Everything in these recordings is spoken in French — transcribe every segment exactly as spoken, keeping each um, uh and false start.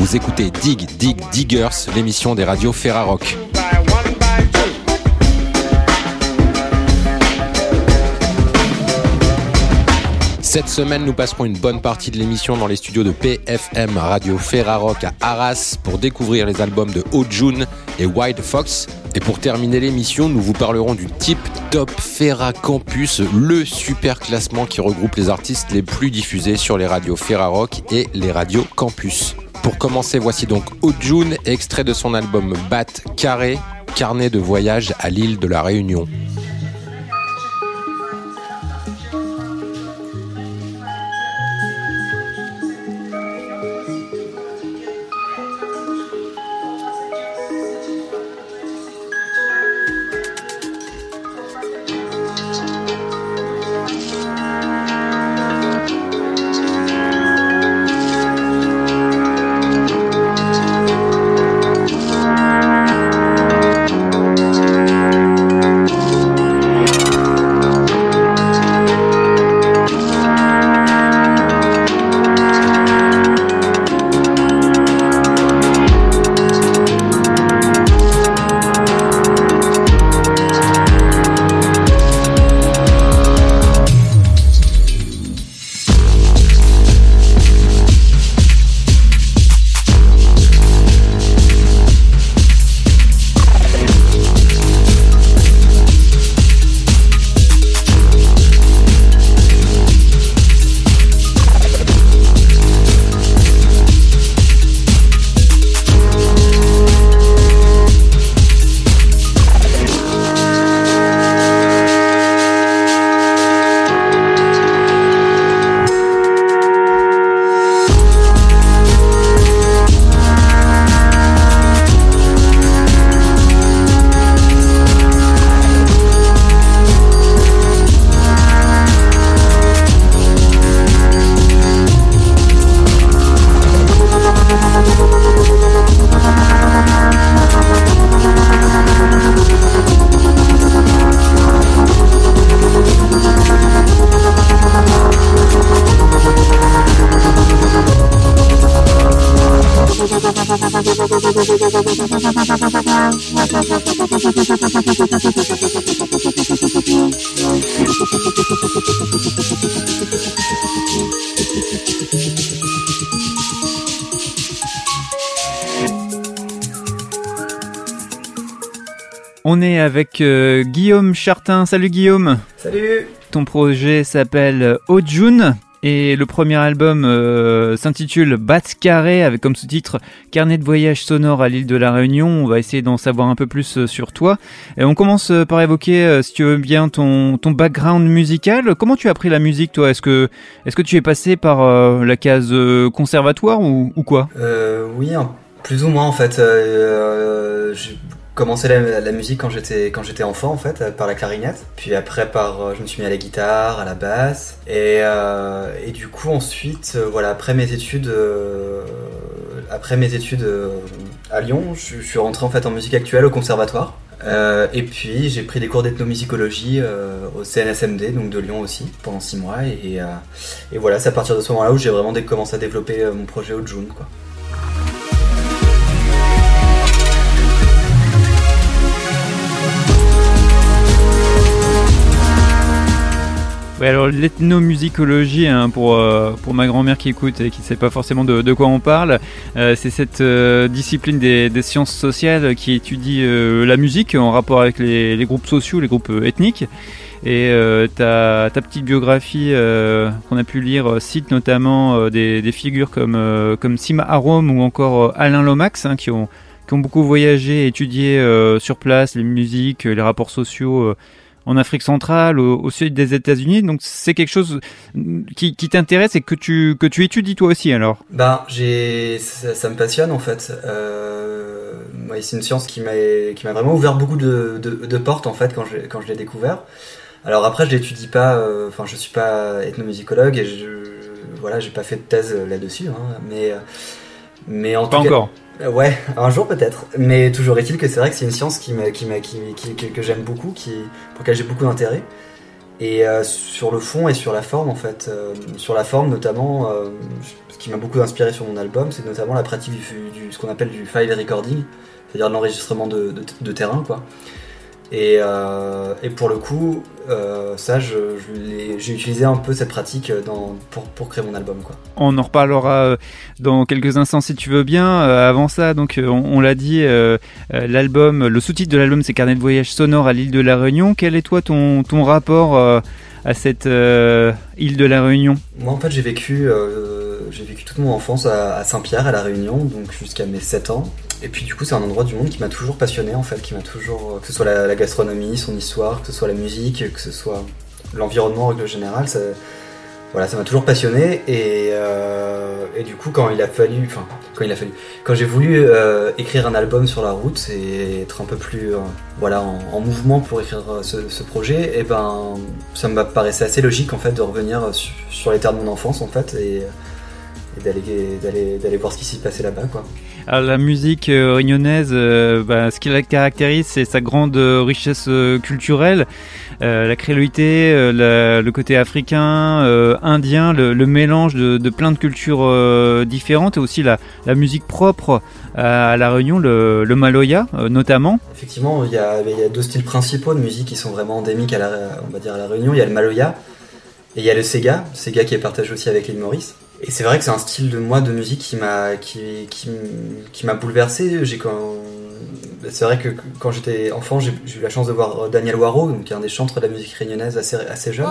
Vous écoutez Dig Dig Diggers, l'émission des radios Ferrarock. Cette semaine, nous passerons une bonne partie de l'émission dans les studios de P F M Radio Ferrarock à Arras pour découvrir les albums de Ojun et White Fox. Et pour terminer l'émission, nous vous parlerons du Tip Top Ferra Campus, le super classement qui regroupe les artistes les plus diffusés sur les radios Ferrarock et les radios Campus. Pour commencer, voici donc Ojun, extrait de son album Bat Carré, carnet de voyage à l'île de la Réunion. On est avec euh, Guillaume Chartin. Salut Guillaume. Salut. Ton projet s'appelle Ojun et le premier album euh, s'intitule Bat Carré avec comme sous-titre Carnet de voyage sonore à l'île de la Réunion. On va essayer d'en savoir un peu plus euh, sur toi. Et on commence euh, par évoquer, euh, si tu veux bien, ton, ton background musical. Comment tu as appris la musique, toi ? Est-ce que, est-ce que tu es passé par euh, la case euh, conservatoire ou, ou quoi ? euh, Oui, hein, plus ou moins en fait. Euh, j'ai commencé la, la musique quand j'étais quand j'étais enfant en fait, par la clarinette. Puis après par, je me suis mis à la guitare, à la basse. Et, euh, et du coup ensuite, euh, voilà, après mes études, euh, après mes études euh, à Lyon, je, je suis rentré en fait en musique actuelle au conservatoire. Euh, et puis j'ai pris des cours d'ethnomusicologie euh, au C N S M D, donc de Lyon aussi, pendant six mois. Et, euh, et voilà, c'est à partir de ce moment-là où j'ai vraiment commencé à développer euh, mon projet Ojun, quoi. Oui, alors l'ethnomusicologie, hein, pour, euh, pour ma grand-mère qui écoute et qui ne sait pas forcément de, de quoi on parle, euh, c'est cette euh, discipline des, des sciences sociales qui étudie euh, la musique en rapport avec les, les groupes sociaux, les groupes ethniques. Et euh, ta, ta petite biographie euh, qu'on a pu lire cite notamment euh, des, des figures comme, euh, comme Sima Arom ou encore euh, Alain Lomax, hein, qui ont, qui ont beaucoup voyagé et étudié euh, sur place les musiques, les rapports sociaux euh, en Afrique centrale, au, au sud des États-Unis. Donc c'est quelque chose qui, qui t'intéresse et que tu, que tu étudies toi aussi alors. Ben, j'ai, ça, ça me passionne en fait. Euh, ouais, c'est une science qui m'a, qui m'a vraiment ouvert beaucoup de, de, de portes en fait quand je, quand je l'ai découvert. Alors après je l'étudie pas, enfin euh, je suis pas ethnomusicologue et je, voilà, j'ai pas fait de thèse là-dessus, hein, mais, mais en pas tout cas. Pas encore. Ouais, un jour peut-être. Mais toujours est-il que c'est vrai que c'est une science qui m'a, qui m'a, qui, qui, qui, que j'aime beaucoup, qui, pour laquelle j'ai beaucoup d'intérêt. Et euh, sur le fond et sur la forme en fait, euh, sur la forme notamment, euh, ce qui m'a beaucoup inspiré sur mon album, c'est notamment la pratique du, du ce qu'on appelle du file recording, c'est-à-dire de l'enregistrement de, de, de terrain quoi. Et, euh, et pour le coup, euh, ça, je, je l'ai, j'ai utilisé un peu cette pratique dans, pour, pour créer mon album, quoi. On en reparlera dans quelques instants si tu veux bien. Euh, avant ça, donc on, on l'a dit, euh, l'album, le sous-titre de l'album, c'est Carnet de voyage sonore à l'île de la Réunion. Quel est toi ton, ton rapport euh, à cette euh, île de la Réunion ? Moi, en fait, j'ai vécu, euh, j'ai vécu toute mon enfance à, à Saint-Pierre, à la Réunion, donc jusqu'à mes sept ans. Et puis du coup c'est un endroit du monde qui m'a toujours passionné en fait, qui m'a toujours, que ce soit la, la gastronomie, son histoire, que ce soit la musique, que ce soit l'environnement en règle générale, ça, voilà, ça m'a toujours passionné et, euh, et du coup quand il a fallu, enfin quand il a fallu, quand j'ai voulu euh, écrire un album sur la route et être un peu plus euh, voilà, en, en mouvement pour écrire ce, ce projet, et ben ça me paraissait assez logique en fait de revenir sur, sur les terres de mon enfance en fait et, et d'aller, d'aller, d'aller voir ce qui s'y passait là-bas quoi. Alors, la musique euh, réunionnaise, euh, bah, ce qui la caractérise, c'est sa grande euh, richesse euh, culturelle, euh, la créolité, euh, la, le côté africain, euh, indien, le, le mélange de, de plein de cultures euh, différentes, et aussi la, la musique propre à, à la Réunion, le, le maloya euh, notamment. Effectivement, il y, a, il y a deux styles principaux de musique qui sont vraiment endémiques à la, on va dire à la Réunion. Il y a le maloya et il y a le sega, le sega qui est partagé aussi avec l'île Maurice. Et c'est vrai que c'est un style de moi de musique qui m'a qui qui, qui m'a bouleversé. J'ai quand c'est vrai que quand j'étais enfant, j'ai, j'ai eu la chance de voir Daniel Waro, donc qui est un des chantres de la musique réunionnaise assez assez jeune.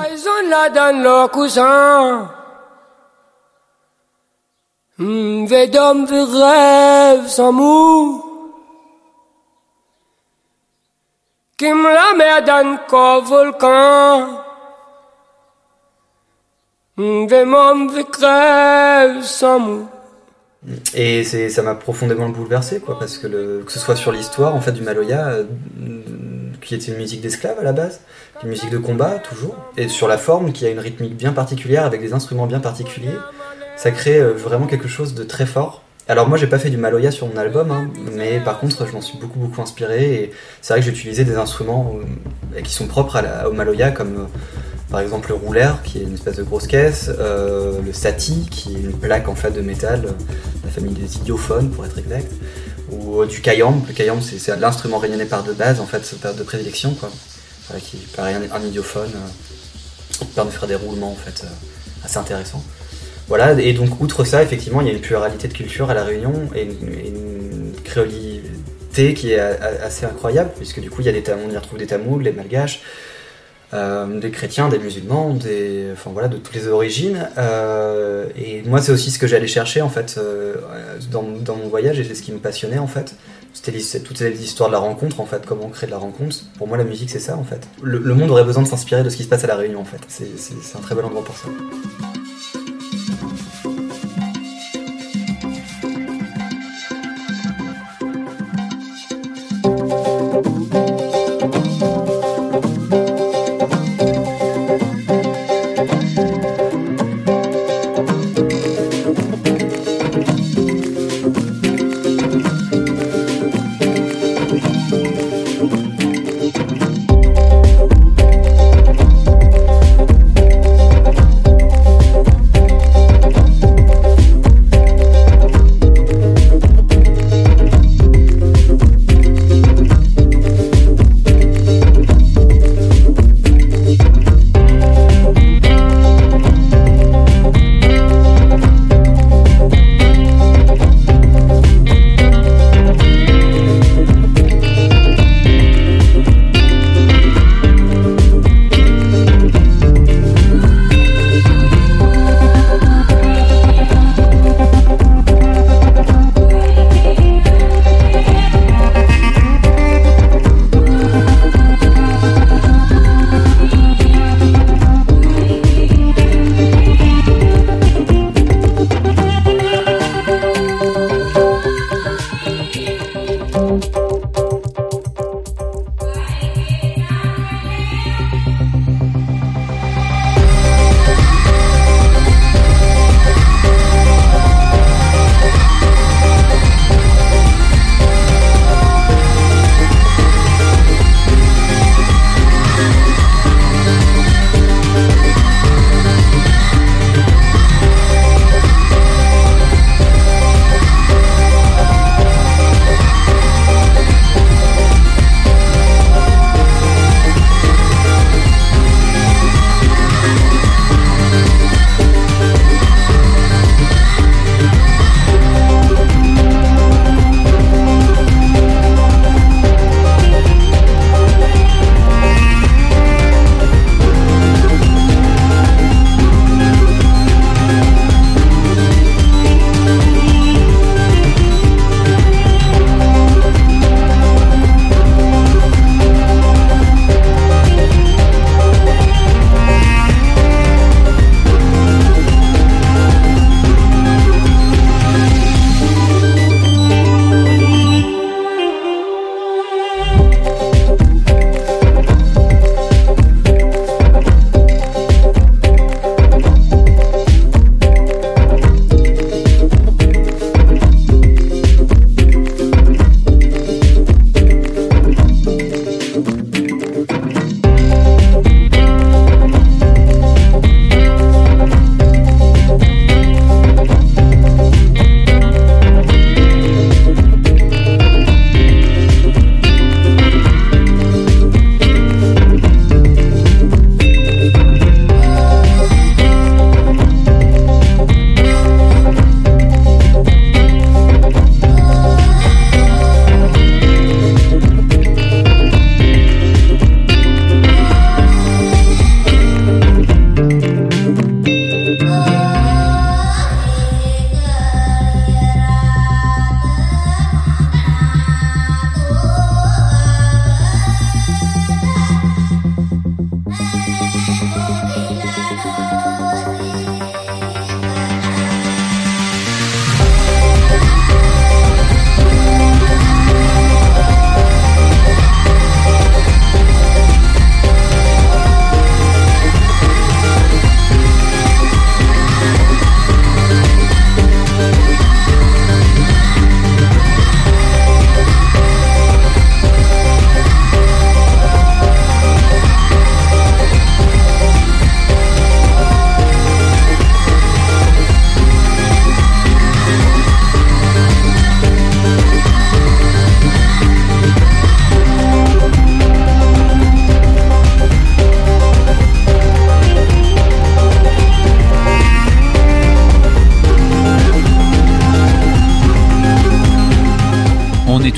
Et c'est, ça m'a profondément bouleversé, quoi, parce que, le, que ce soit sur l'histoire en fait du maloya, euh, qui était une musique d'esclaves à la base, une musique de combat toujours, et sur la forme qui a une rythmique bien particulière avec des instruments bien particuliers, ça crée euh, vraiment quelque chose de très fort. Alors moi j'ai pas fait du maloya sur mon album, hein, mais par contre je m'en suis beaucoup beaucoup inspiré, et c'est vrai que j'ai utilisé des instruments euh, qui sont propres à la, au maloya, comme euh, par exemple le roulaire, qui est une espèce de grosse caisse, euh, le sati, qui est une plaque en fait de métal, euh, la famille des idiophones pour être exact, ou euh, du kayam. Le kayam c'est, c'est l'instrument réunionnais par de base, en fait, c'est de prédilection, quoi, voilà, qui paraît un, un idiophone, euh, qui permet de faire des roulements en fait, euh, assez intéressants. Voilà, et donc outre ça, effectivement, il y a une pluralité de culture à La Réunion et une, une créolité qui est assez incroyable, puisque du coup, il y a des Tamouls, on y retrouve des Tamouls, des Malgaches, euh, des chrétiens, des musulmans, des, enfin voilà, de toutes les origines. Euh, et moi, c'est aussi ce que j'allais chercher en fait euh, dans, dans mon voyage, et c'est ce qui me passionnait en fait. C'était toute l'histoire de la rencontre en fait, comment créer de la rencontre. Pour moi, la musique, c'est ça en fait. Le, le monde aurait besoin de s'inspirer de ce qui se passe à La Réunion en fait. C'est, c'est, c'est un très bel endroit pour ça.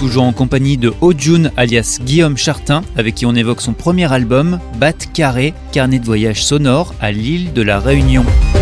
toujours en compagnie de Ojun alias Guillaume Chartin, avec qui on évoque son premier album, Bat Carré, carnet de voyage sonore à l'île de la Réunion.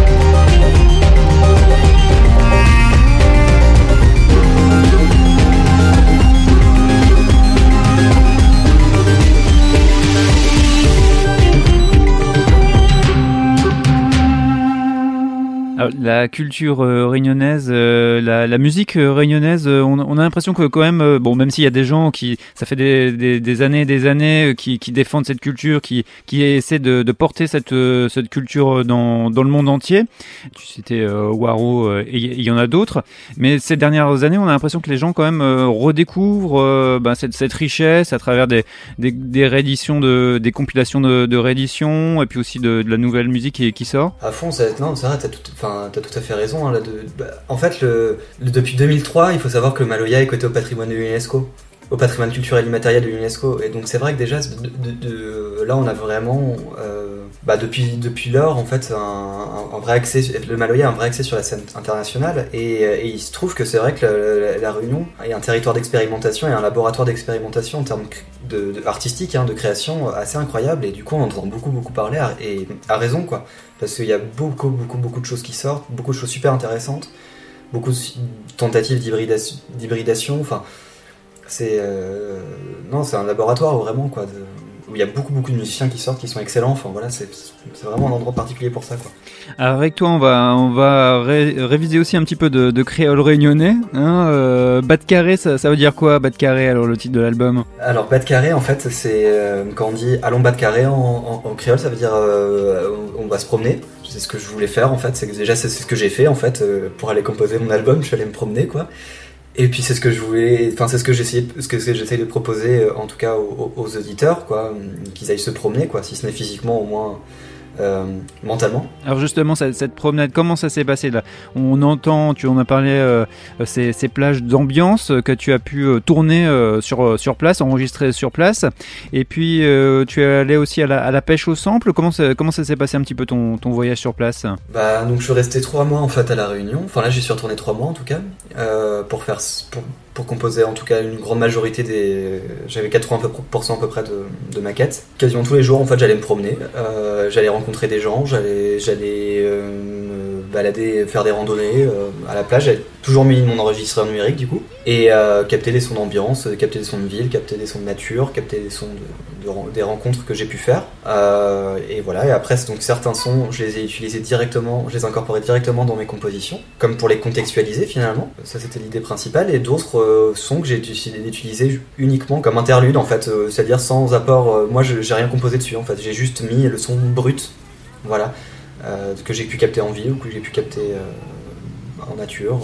Alors, la culture euh, réunionnaise, euh, la, la musique euh, réunionnaise, euh, on, on a l'impression que quand même, euh, bon, même s'il y a des gens qui, ça fait des, des, des années, des années, euh, qui, qui défendent cette culture, qui, qui essaient de, de porter cette, euh, cette culture dans, dans le monde entier. Tu citais euh, Waro, euh, et il y en a d'autres. Mais ces dernières années, on a l'impression que les gens quand même euh, redécouvrent euh, ben, cette, cette richesse à travers des, des, des rééditions, de, des compilations de, de rééditions, et puis aussi de, de la nouvelle musique qui, qui sort. À fond, c'est, non, c'est vrai, t'as tout. Enfin, t'as tout à fait raison. Hein, là, de, bah, en fait, le, le, depuis deux mille trois, il faut savoir que le Maloya est coté au patrimoine de l'UNESCO, au patrimoine culturel immatériel de l'UNESCO. Et donc, c'est vrai que déjà, de, de, de, là, on a vraiment, euh, bah, depuis, depuis lors, en fait, un, un, un vrai accès. Le Maloya a un vrai accès sur la scène internationale. Et, et il se trouve que c'est vrai que la, la, la Réunion est un territoire d'expérimentation et un laboratoire d'expérimentation en termes de, de, artistiques, hein, de création assez incroyable. Et du coup, on entend beaucoup, beaucoup parler, à, et à raison, quoi. Parce qu'il y a beaucoup, beaucoup, beaucoup de choses qui sortent, beaucoup de choses super intéressantes, beaucoup de tentatives d'hybridation, d'hybridation. Enfin, c'est euh, non, c'est un laboratoire vraiment, quoi, de, où il y a beaucoup, beaucoup de musiciens qui sortent, qui sont excellents. Enfin voilà, c'est, c'est vraiment un endroit particulier pour ça, quoi. Alors avec toi, on va, on va ré, réviser aussi un petit peu de, de créole réunionnais. Hein, euh, Bat Carré, ça, ça veut dire quoi, Bat Carré, alors le titre de l'album? Alors Bat Carré, en fait, c'est euh, quand on dit allons Bat Carré en, en, en créole, ça veut dire euh, on va se promener. C'est ce que je voulais faire, en fait. C'est que déjà c'est ce que j'ai fait, en fait, euh, pour aller composer mon album. Je suis allé me promener, quoi. Et puis c'est ce que je voulais, enfin c'est ce que j'essayais, ce que j'essaye de proposer, en tout cas aux, aux auditeurs, quoi, qu'ils aillent se promener, quoi, si ce n'est physiquement, au moins euh, mentalement. Alors justement, cette, cette promenade, comment ça s'est passé là? On entend, tu en as parlé, euh, ces, ces plages d'ambiance que tu as pu euh, tourner euh, sur sur place, enregistrer sur place, et puis euh, tu es allé aussi à la, à la pêche au sample. Comment ça, comment ça s'est passé un petit peu ton, ton voyage sur place? Bah donc je suis resté trois mois en fait à la Réunion. Enfin là j'y suis retourné trois mois en tout cas euh, pour faire pour pour composer en tout cas une grande majorité des... J'avais quatre-vingts pour cent à peu près de, de maquettes. Quasiment tous les jours, en fait, j'allais me promener, euh, j'allais rencontrer des gens, j'allais, j'allais euh, me balader, faire des randonnées euh, à la plage. J'avais toujours mis mon enregistreur numérique, du coup, et euh, capter des sons d'ambiance, capter des sons de ville, capter des sons de nature, capter des sons de, de, des rencontres que j'ai pu faire. Euh, et voilà, et après, donc certains sons, je les ai utilisés directement, je les ai incorporés directement dans mes compositions, comme pour les contextualiser, finalement. Ça, c'était l'idée principale, et d'autres sons que j'ai décidé d'utiliser uniquement comme interlude en fait, euh, c'est-à-dire sans apport. Euh, moi, je, j'ai rien composé dessus en fait. J'ai juste mis le son brut, voilà, euh, que j'ai pu capter en ville ou que j'ai pu capter euh, en nature.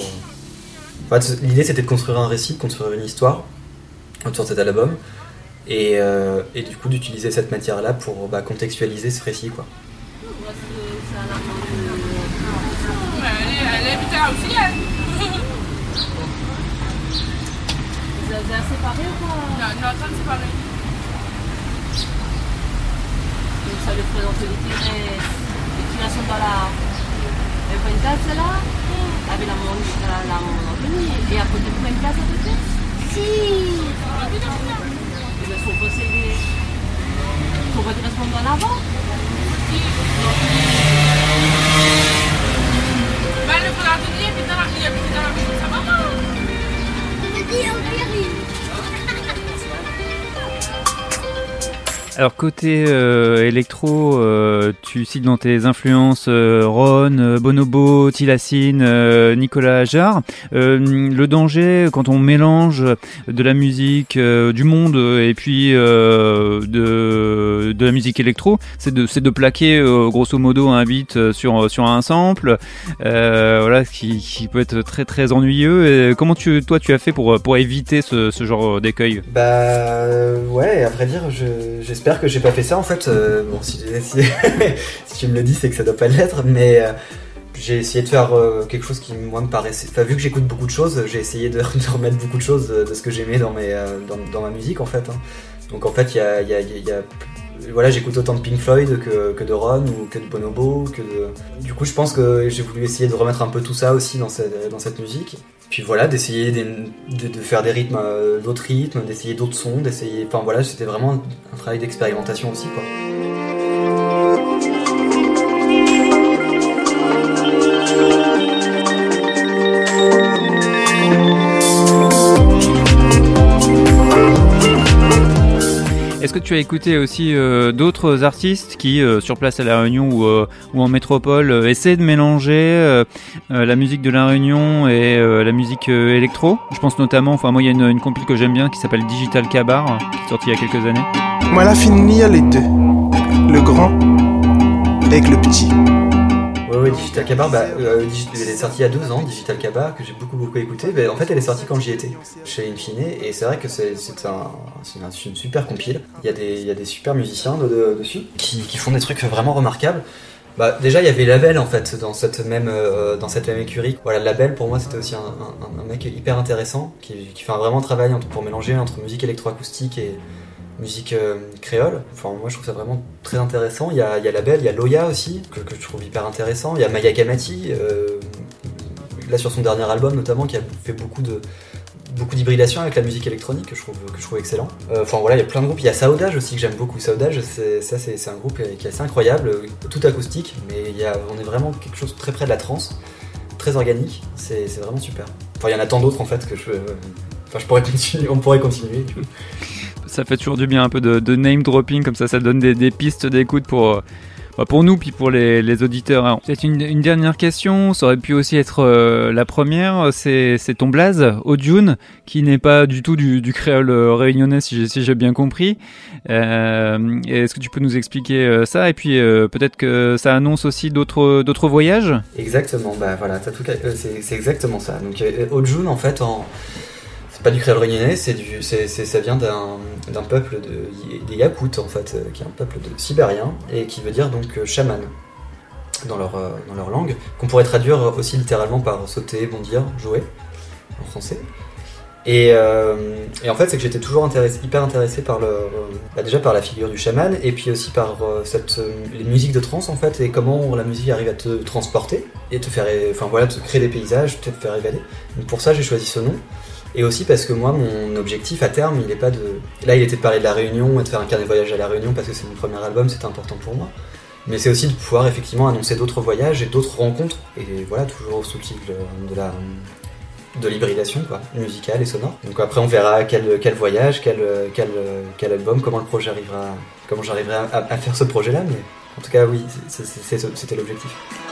En fait, l'idée c'était de construire un récit, de construire une histoire autour de cet album, et, euh, et du coup d'utiliser cette matière-là pour bah, contextualiser ce récit, quoi. Elle est putain aussi, elle. Vous avez séparé ou quoi? Non, non, attends, séparé. Donc ça lui présente les tirés, les tirés sont dans la... Le point de place là, avec la maman et à côté du point de place à côté? Si. Il faut posséder. Il faut votre répondre en avant? Si. Bah, il faudra te dire, puis dans la vie, puis dans la vie, ça va pas. Alors côté euh, électro, euh, tu cites dans tes influences euh, Ron, euh, Bonobo, Tilacine, euh, Nicolas Jarre. Euh, le danger quand on mélange de la musique euh, du monde et puis euh, de de la musique électro, c'est de c'est de plaquer euh, grosso modo un beat sur sur un sample, euh, voilà, qui qui peut être très très ennuyeux. Et comment tu toi tu as fait pour pour éviter ce ce genre d'écueil? Bah ouais, à vrai dire, je j'espère J'espère que j'ai pas fait ça en fait. Euh, bon, si, si, si tu me le dis, c'est que ça doit pas l'être, mais euh, j'ai essayé de faire euh, quelque chose qui moi me paraissait. Enfin, vu que j'écoute beaucoup de choses, j'ai essayé de, de remettre beaucoup de choses de, de ce que j'aimais dans mes euh, dans, dans ma musique en fait. Hein. Donc en fait, il y a, y a, y a voilà, j'écoute autant de Pink Floyd que, que de Ron ou que de Bonobo. Que de... Du coup, je pense que j'ai voulu essayer de remettre un peu tout ça aussi dans cette, dans cette musique. Puis voilà, d'essayer de, de, de faire des rythmes, euh, d'autres rythmes, d'essayer d'autres sons, d'essayer. Enfin voilà, c'était vraiment un travail d'expérimentation aussi, quoi. Est-ce que tu as écouté aussi euh, d'autres artistes qui, euh, sur place à La Réunion ou, euh, ou en métropole, euh, essaient de mélanger euh, euh, la musique de La Réunion et euh, la musique euh, électro ? Je pense notamment, enfin moi il y a une, une compil que j'aime bien qui s'appelle Digital Kabar, qui est sortie il y a quelques années. Moi la fille, il y a les deux, le grand avec le petit. Ouais, ouais, Digital Kabar, bah, euh, elle est sortie il y a deux ans, Digital Kabar, que j'ai beaucoup beaucoup écouté. Bah, en fait, elle est sortie quand j'y étais, chez Infine, et c'est vrai que c'est, c'est, un, c'est une, c'est une super compile. Il y a des, il y a des super musiciens de, de, dessus qui, qui font des trucs vraiment remarquables. Bah, déjà, il y avait Label en fait dans cette même, euh, dans cette même écurie. Voilà, Label pour moi c'était aussi un, un, un mec hyper intéressant qui, qui fait un vraiment travail entre, pour mélanger entre musique électroacoustique et musique euh, créole. Enfin, moi je trouve ça vraiment très intéressant. Il y a, il y a Label, il y a Loya aussi, que, que je trouve hyper intéressant. Il y a Maya Kamati, euh, là sur son dernier album notamment, qui a fait beaucoup de beaucoup d'hybridation avec la musique électronique que je trouve, que je trouve excellent. Euh, enfin voilà, il y a plein de groupes. Il y a Saudage aussi que j'aime beaucoup. Saudage, c'est, ça, c'est, c'est un groupe qui est assez incroyable, tout acoustique, mais il y a, on est vraiment quelque chose très près de la trance, très organique. C'est, c'est vraiment super. Enfin, il y en a tant d'autres en fait que je, euh, enfin, je pourrais continuer, on pourrait continuer. Du coup. Ça fait toujours du bien un peu de, de name dropping, comme ça, ça donne des, des pistes d'écoute pour, bah pour nous, puis pour les, les auditeurs. Alors, c'est une, une dernière question, ça aurait pu aussi être euh, la première, c'est, c'est ton blaze, Ojun, qui n'est pas du tout du, du créole réunionnais, si j'ai, si j'ai bien compris. Euh, est-ce que tu peux nous expliquer euh, ça ? Et puis euh, peut-être que ça annonce aussi d'autres, d'autres voyages ? Exactement, bah voilà, t'as tout, euh, c'est, c'est exactement ça. Donc euh, Ojun, en fait, en... pas du créole réunionnais, c'est du, c'est, c'est, ça vient d'un, d'un peuple de, des Yakoutes en fait, euh, qui est un peuple de sibérien et qui veut dire donc euh, chaman dans leur, euh, dans leur langue, qu'on pourrait traduire aussi littéralement par sauter, bondir, jouer en français. Et, euh, et en fait, c'est que j'étais toujours intéressé, hyper intéressé par le, euh, bah déjà par la figure du chaman et puis aussi par euh, cette, euh, les musiques de trance en fait et comment la musique arrive à te transporter et te faire, enfin voilà, te créer des paysages, te faire évader. Donc pour ça, j'ai choisi ce nom. Et aussi parce que moi, mon objectif à terme, il est pas de... Là, il était de parler de La Réunion et de faire un carnet de voyage à La Réunion parce que c'est mon premier album, c'était important pour moi. Mais c'est aussi de pouvoir effectivement annoncer d'autres voyages et d'autres rencontres. Et voilà, toujours sous le titre de la... de l'hybridation, quoi, musicale et sonore. Donc après, on verra quel, quel voyage, quel, quel, quel album, comment le projet arrivera... Comment j'arriverai à, à faire ce projet-là. Mais en tout cas, oui, c'est, c'est, c'est, c'était l'objectif.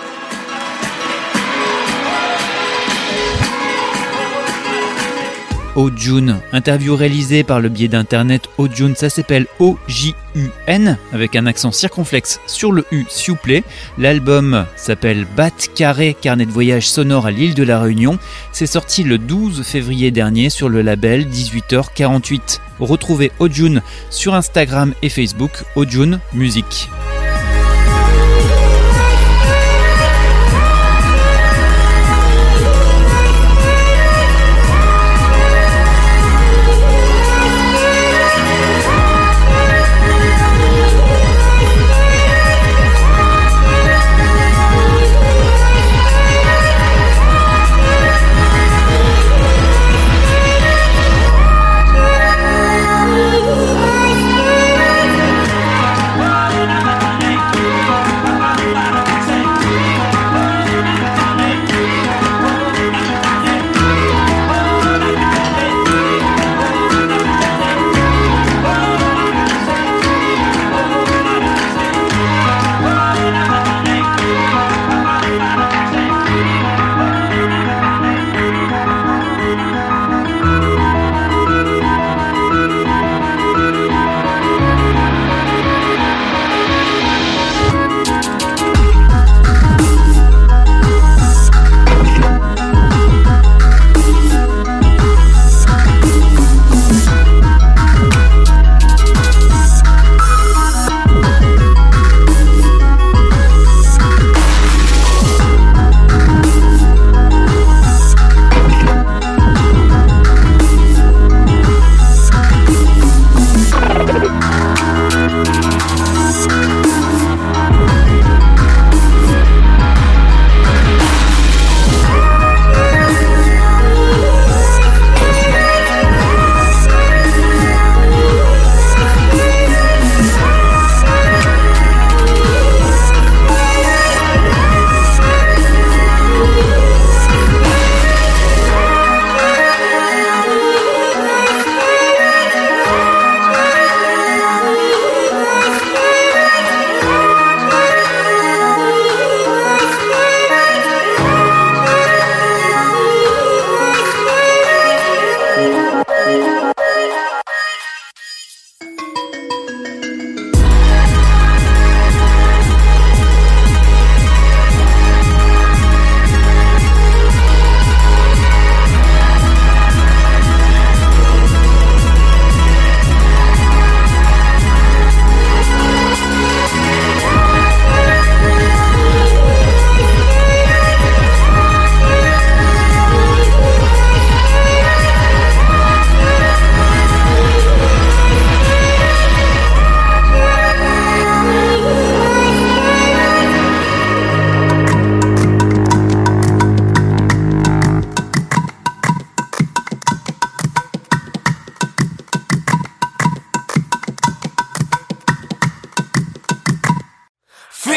Ojun, interview réalisée par le biais d'internet. Ojun, ça s'appelle O J U N avec un accent circonflexe sur le U, s'il vous plaît. L'album s'appelle Bat Carré, carnet de voyage sonore à l'île de la Réunion. C'est sorti le douze février dernier sur le label dix-huit heures quarante-huit. Retrouvez Ojun sur Instagram et Facebook, Ojun Musique.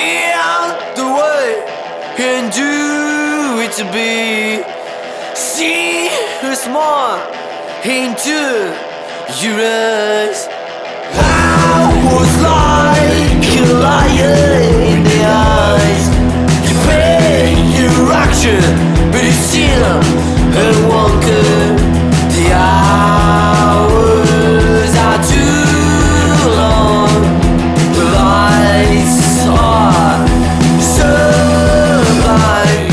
Feel the way and do it to be. See a smile into your eyes. I was like a lion in the eyes. You pay your action, but it's still a wonker. The hours are too long. The lights are sublime.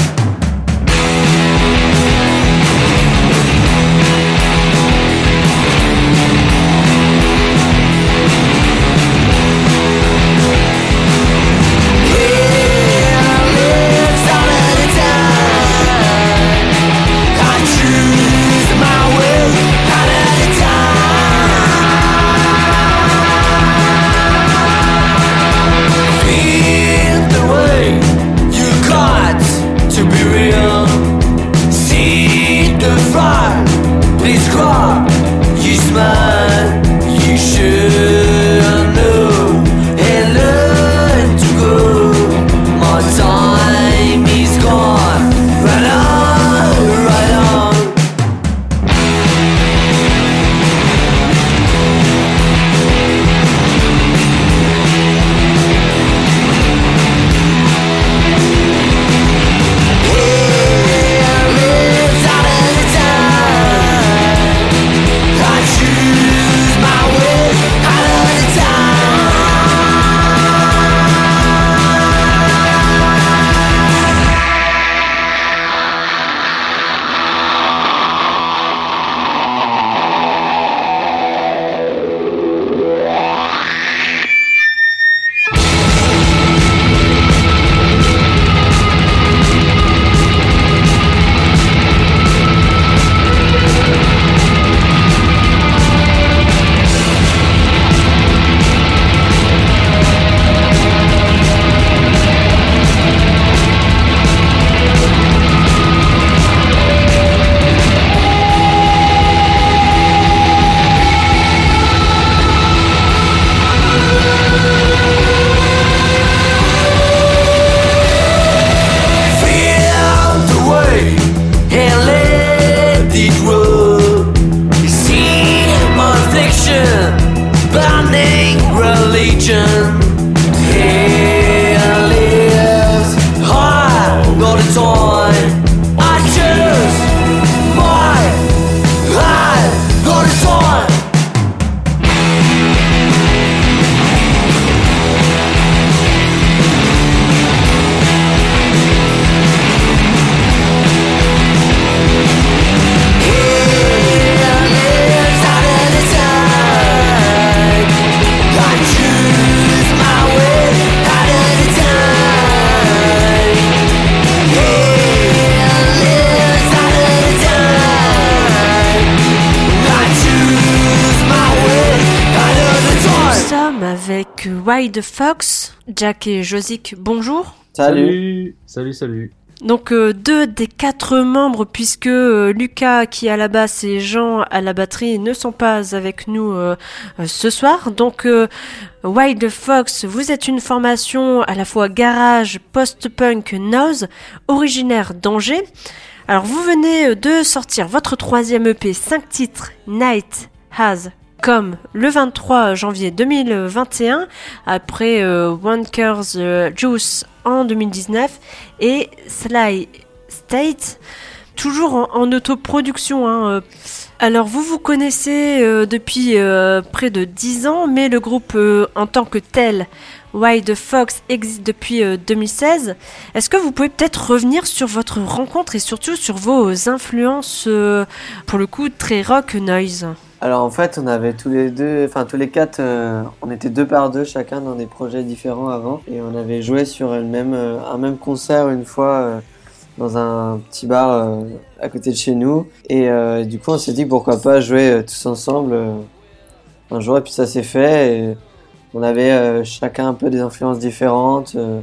Please cry, you smile, you should know and learn to go. My time is gone, right on, right on. Wild Fox, Jack et Josic, bonjour. Salut. Salut, salut. Donc euh, deux des quatre membres, puisque euh, Lucas qui est à la basse et Jean à la batterie ne sont pas avec nous euh, euh, ce soir. Donc euh, Wild Fox, vous êtes une formation à la fois garage, post-punk, noise, originaire d'Angers. Alors vous venez de sortir votre troisième E P, cinq titres, Night Has Come, le vingt-trois janvier deux mille vingt et un, après euh, Wanker's euh, Juice en deux mille dix-neuf et Sly State, toujours en, en autoproduction. Hein. Alors vous vous connaissez euh, depuis euh, près de dix ans, mais le groupe euh, en tant que tel, Wild Fox, existe depuis euh, deux mille seize. Est-ce que vous pouvez peut-être revenir sur votre rencontre et surtout sur vos influences, euh, pour le coup, très rock noise? Alors en fait, on avait tous les deux, enfin tous les quatre, euh, on était deux par deux chacun dans des projets différents avant, et on avait joué sur une même, euh, un même concert une fois euh, dans un petit bar euh, à côté de chez nous, et euh, du coup on s'est dit pourquoi pas jouer euh, tous ensemble euh, un jour, et puis ça s'est fait. Et on avait euh, chacun un peu des influences différentes euh,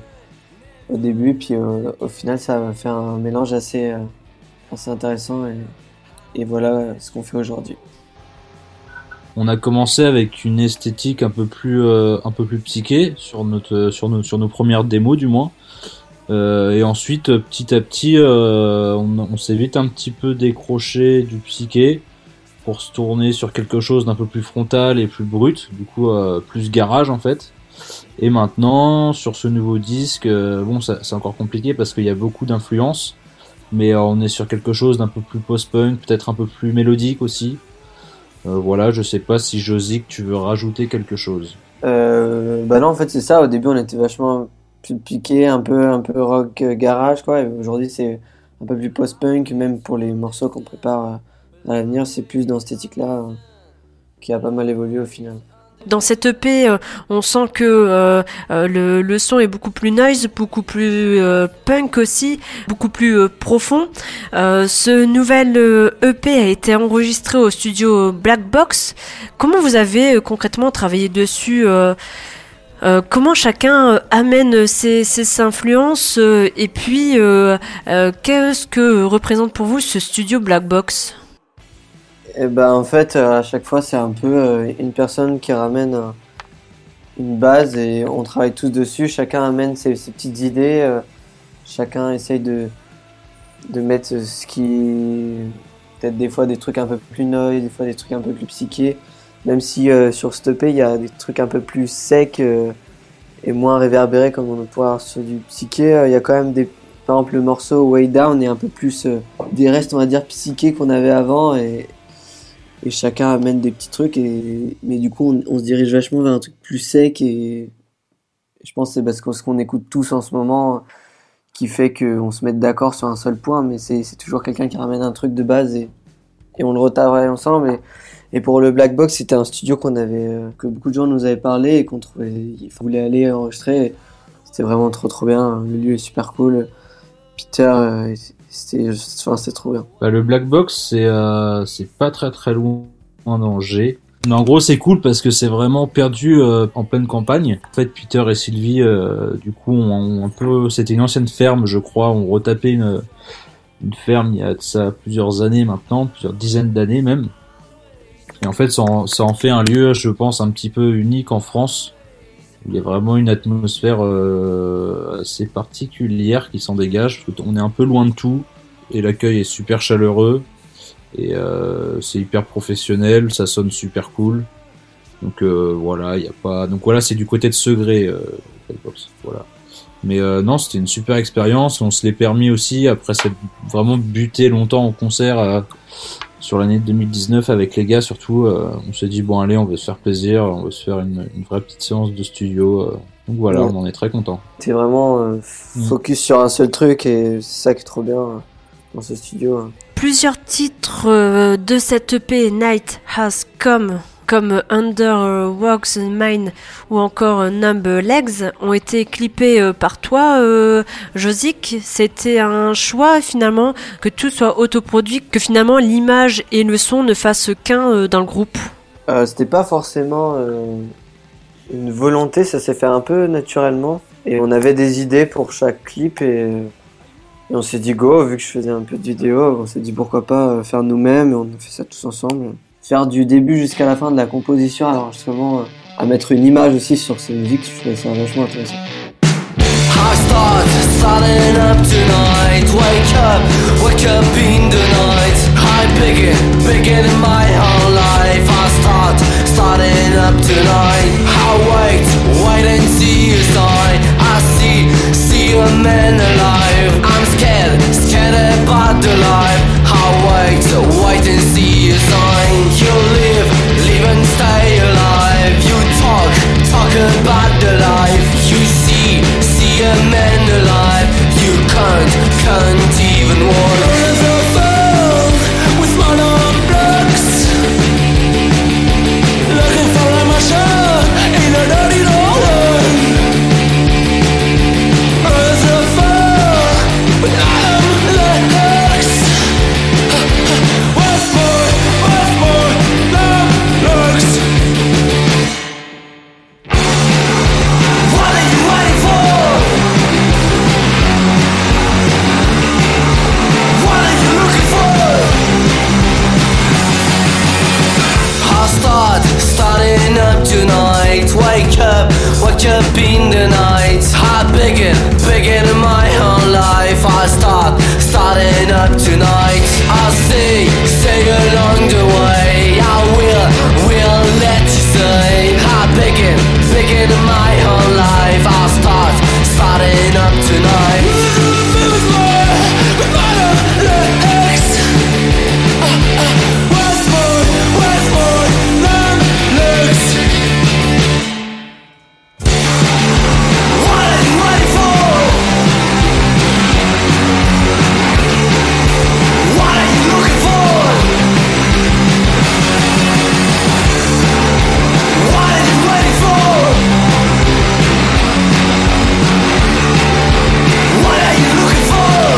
au début, puis euh, au final ça a fait un mélange assez, euh, assez intéressant, et, et voilà ce qu'on fait aujourd'hui. On a commencé avec une esthétique un peu plus, euh, un peu plus psyché sur notre, sur nos, sur nos premières démos du moins. Euh, et ensuite, petit à petit, euh, on, on s'est vite un petit peu décroché du psyché pour se tourner sur quelque chose d'un peu plus frontal et plus brut, du coup euh, plus garage en fait. Et maintenant, sur ce nouveau disque, euh, bon, ça, c'est encore compliqué parce qu'il y a beaucoup d'influences, mais euh, on est sur quelque chose d'un peu plus post-punk, peut-être un peu plus mélodique aussi. Euh, voilà, je sais pas si Josie, tu veux rajouter quelque chose. Euh, bah non, en fait c'est ça. Au début, on était vachement plus piqué, un peu, un peu rock euh, garage, quoi. Et aujourd'hui, c'est un peu plus post-punk, même pour les morceaux qu'on prépare à l'avenir, c'est plus dans cette esthétique-là euh, qui a pas mal évolué au final. Dans cette E P, euh, on sent que euh, euh, le, le son est beaucoup plus noise, beaucoup plus euh, punk aussi, beaucoup plus euh, profond. Euh, ce nouvel euh, E P a été enregistré au studio Black Box. Comment vous avez euh, concrètement travaillé dessus euh, euh, comment chacun euh, amène ses, ses influences euh, et puis euh, euh, qu'est-ce que représente pour vous ce studio Black Box ? Et ben en fait, à chaque fois, c'est un peu euh, une personne qui ramène euh, une base et on travaille tous dessus. Chacun amène ses, ses petites idées. Euh, chacun essaye de, de mettre ce qui... Peut-être des fois des trucs un peu plus noise, des fois des trucs un peu plus psychés. Même si euh, sur ce E P, il y a des trucs un peu plus secs euh, et moins réverbérés comme on pourrait avoir sur du psyché. Euh, il y a quand même des... Par exemple, le morceau Way Down est un peu plus euh, des restes, on va dire, psychés qu'on avait avant et... Et chacun amène des petits trucs, et... mais du coup on, on se dirige vachement vers un truc plus sec, et, et je pense que c'est parce que ce qu'on écoute tous en ce moment qui fait qu'on se mette d'accord sur un seul point, mais c'est, c'est toujours quelqu'un qui ramène un truc de base et, et on le retravaille ensemble. Et, et pour le Black Box, c'était un studio qu'on avait, que beaucoup de gens nous avaient parlé et qu'on trouvait, il voulait aller enregistrer. C'était vraiment trop trop bien, le lieu est super cool. Peter, euh, C'était, enfin, c'était trop bien. Bah, le Black Box, c'est, euh, c'est pas très très loin d'Angers. Mais en gros, c'est cool parce que c'est vraiment perdu euh, en pleine campagne. En fait, Peter et Sylvie, euh, du coup, ont, ont un peu, c'était une ancienne ferme, je crois, ont retapé une, une ferme il y a de ça plusieurs années maintenant, plusieurs dizaines d'années même. Et en fait, ça en, ça en fait un lieu, je pense, un petit peu unique en France. Il y a vraiment une atmosphère euh, assez particulière qui s'en dégage. On est un peu loin de tout et l'accueil est super chaleureux et euh, c'est hyper professionnel, ça sonne super cool. Donc euh, voilà, il y a pas. Donc voilà, c'est du côté de Segré, euh, voilà. Mais euh, non, c'était une super expérience. On se l'est permis aussi après s'être vraiment buté longtemps en concert. Euh, Sur l'année deux mille dix-neuf avec les gars surtout, euh, on s'est dit bon allez, on veut se faire plaisir, on veut se faire une, une vraie petite séance de studio, euh, donc voilà, ouais. On en est très content. T'es vraiment euh, focus mmh. sur un seul truc et c'est ça qui est trop bien euh, dans ce studio. Hein. Plusieurs titres euh, de cette E P Night Has Come, comme Under Walks Mine ou encore Numb Legs, ont été clippés euh, par toi, euh, Josic. C'était un choix finalement que tout soit autoproduit, que finalement l'image et le son ne fassent qu'un euh, dans le groupe. Euh, c'était pas forcément euh, une volonté, ça s'est fait un peu naturellement. Et on avait des idées pour chaque clip et, et on s'est dit go, vu que je faisais un peu de vidéo, on s'est dit pourquoi pas faire nous-mêmes et on a fait ça tous ensemble. Faire du début jusqu'à la fin de la composition, alors justement à mettre une image aussi sur ces musiques, je trouvais ça vachement intéressant. I start starting up tonight. Wake up, wake up in the night. I begin, begin in my whole life. I start starting up tonight. I wait, wait and see a sign. I see, see a man alive. I'm scared, scared about the life. I wait, wait and see a sign. You live, live and stay alive. You talk, talk about the life. You see, see a man alive. You can't, can't even walk. There's a fool with mono blocks, looking tonight. I'll stay, stay along the way. I will, will let you say I'm begging, begging in my whole life. I'll start, starting up tonight. With more, with more legs. Once more, once more, long legs. What are you waiting for? What are you looking for? What are you waiting for? What are you looking for?